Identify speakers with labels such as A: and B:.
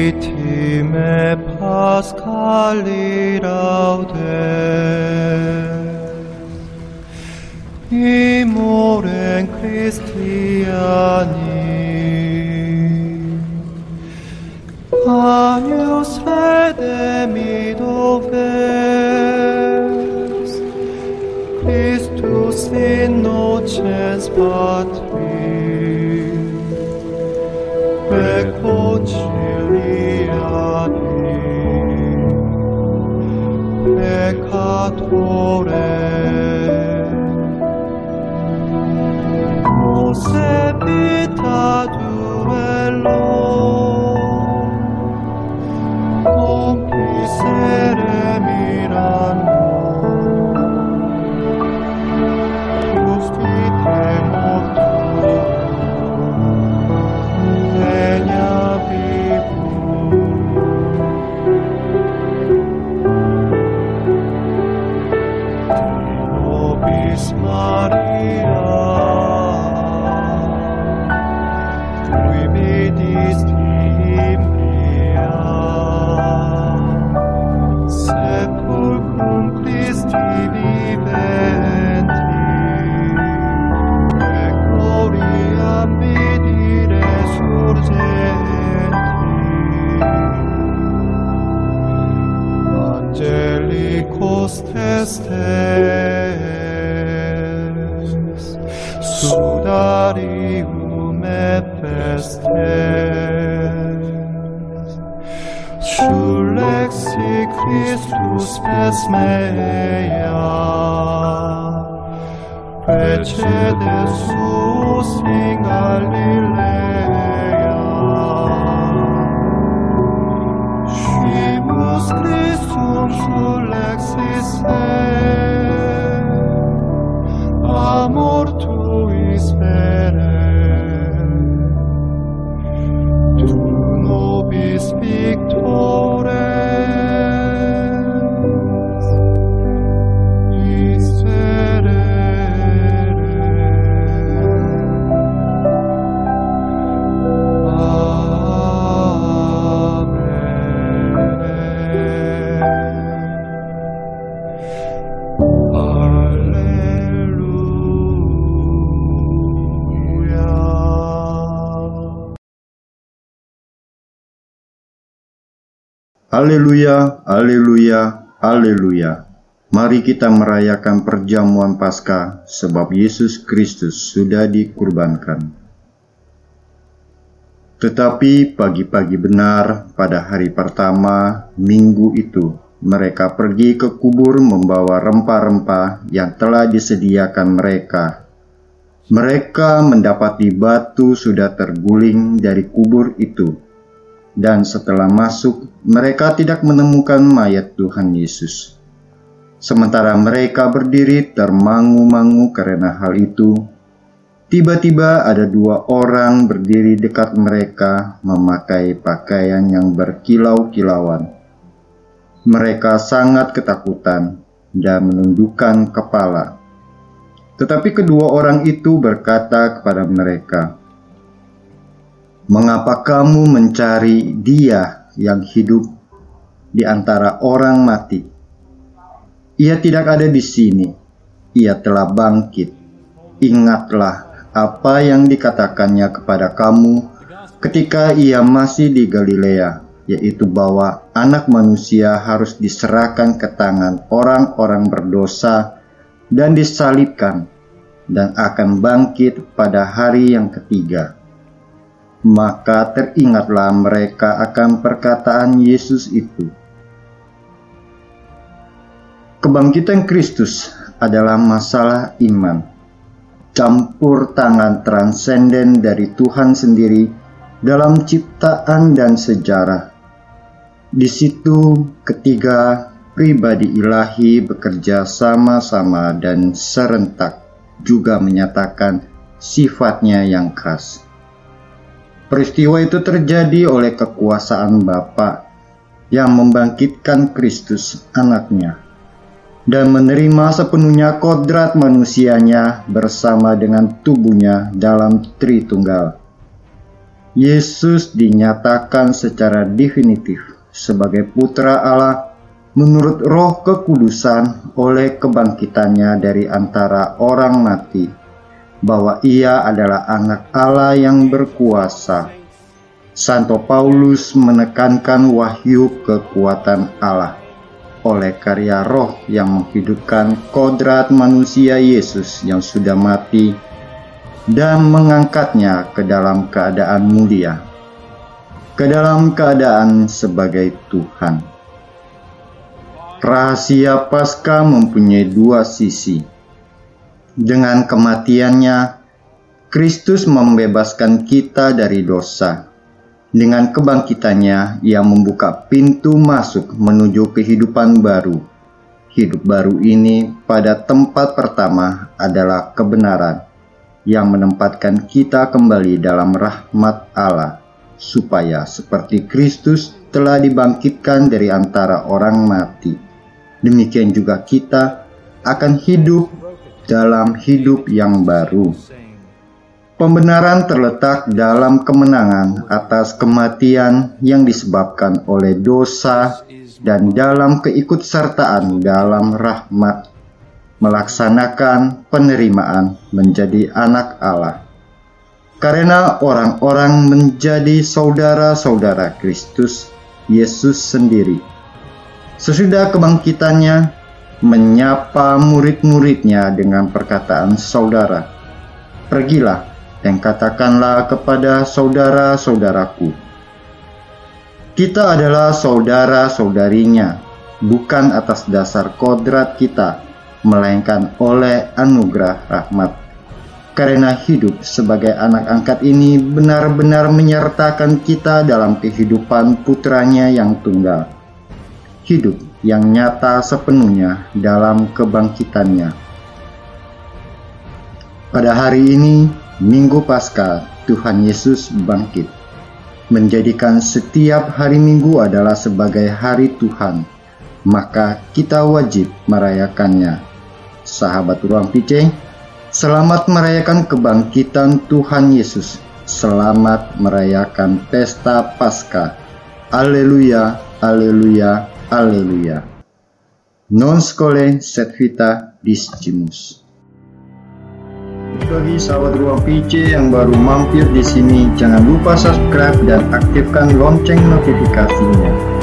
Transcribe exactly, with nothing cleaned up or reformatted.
A: Victime Pascali laude, Imorem Christiani, Agnus redemido ves, Christus innocens Patri, Pecco ciliati, peccatore, Mose vita duello, compisere mirando, justite mortuum, venia vivum. Nobis Maria, cui vidis timpia, sepulcrum Christi viventi, et gloriam vidi resurgenti, angelicos testes, sudarium et pestes, Sulexi Christus pes mea, precede sus in Galilea, Scimus Christum sulexis se, amor tuis vere, tu nobis victores, miserere.
B: Haleluya, haleluya, haleluya. Mari kita merayakan perjamuan Paskah sebab Yesus Kristus sudah dikurbankan. Tetapi pagi-pagi benar pada hari pertama minggu itu, mereka pergi ke kubur membawa rempah-rempah yang telah disediakan mereka. Mereka mendapati batu sudah terguling dari kubur itu. Dan setelah masuk, mereka tidak menemukan mayat Tuhan Yesus. Sementara mereka berdiri termangu-mangu karena hal itu, tiba-tiba ada dua orang berdiri dekat mereka memakai pakaian yang berkilau-kilauan. Mereka sangat ketakutan dan menundukkan kepala. Tetapi kedua orang itu berkata kepada mereka, "Mengapa kamu mencari Dia yang hidup di antara orang mati? Ia tidak ada di sini. Ia telah bangkit. Ingatlah apa yang dikatakannya kepada kamu ketika Ia masih di Galilea, yaitu bahwa Anak Manusia harus diserahkan ke tangan orang-orang berdosa dan disalibkan, dan akan bangkit pada hari yang ketiga." Maka teringatlah mereka akan perkataan Yesus itu. Kebangkitan Kristus adalah masalah iman, campur tangan transenden dari Tuhan sendiri dalam ciptaan dan sejarah. Di situ ketiga pribadi ilahi bekerja sama-sama dan serentak, juga menyatakan sifatnya yang khas. Peristiwa itu terjadi oleh kekuasaan Bapa yang membangkitkan Kristus anaknya dan menerima sepenuhnya kodrat manusianya bersama dengan tubuhnya dalam Tritunggal. Yesus dinyatakan secara definitif sebagai Putra Allah menurut Roh Kekudusan oleh kebangkitannya dari antara orang mati, bahwa Ia adalah Anak Allah yang berkuasa. Santo Paulus menekankan wahyu kekuatan Allah oleh karya Roh yang menghidupkan kodrat manusia Yesus yang sudah mati dan mengangkatnya ke dalam keadaan mulia, ke dalam keadaan sebagai Tuhan. Rahasia Paskah mempunyai dua sisi. Dengan kematiannya, Kristus membebaskan kita dari dosa. Dengan kebangkitannya, Ia membuka pintu masuk menuju kehidupan baru. Hidup baru ini pada tempat pertama adalah kebenaran yang menempatkan kita kembali dalam rahmat Allah, supaya seperti Kristus telah dibangkitkan dari antara orang mati, demikian juga kita akan hidup dalam hidup yang baru. Pembenaran terletak dalam kemenangan atas kematian yang disebabkan oleh dosa dan dalam keikutsertaan dalam rahmat, melaksanakan penerimaan menjadi anak Allah. Karena orang-orang menjadi saudara-saudara Kristus Yesus sendiri. Sesudah kebangkitannya, menyapa murid-muridnya dengan perkataan saudara. Pergilah dan katakanlah kepada saudara-saudaraku. Kita adalah saudara-saudarinya, bukan atas dasar kodrat kita, melainkan oleh anugerah rahmat. Karena hidup sebagai anak angkat ini benar-benar menyertakan kita dalam kehidupan putranya yang tunggal. Hidup yang nyata sepenuhnya dalam kebangkitannya. Pada hari ini, Minggu Paskah, Tuhan Yesus bangkit, menjadikan setiap hari Minggu adalah sebagai hari Tuhan, maka kita wajib merayakannya. Sahabat Ruang P C, selamat merayakan kebangkitan Tuhan Yesus. Selamat merayakan pesta Paskah. Alleluia, alleluia, alleluia. Non scole sed vita discimus. Bagi sahabat Ruang P C yang baru mampir di sini, jangan lupa subscribe dan aktifkan lonceng notifikasinya.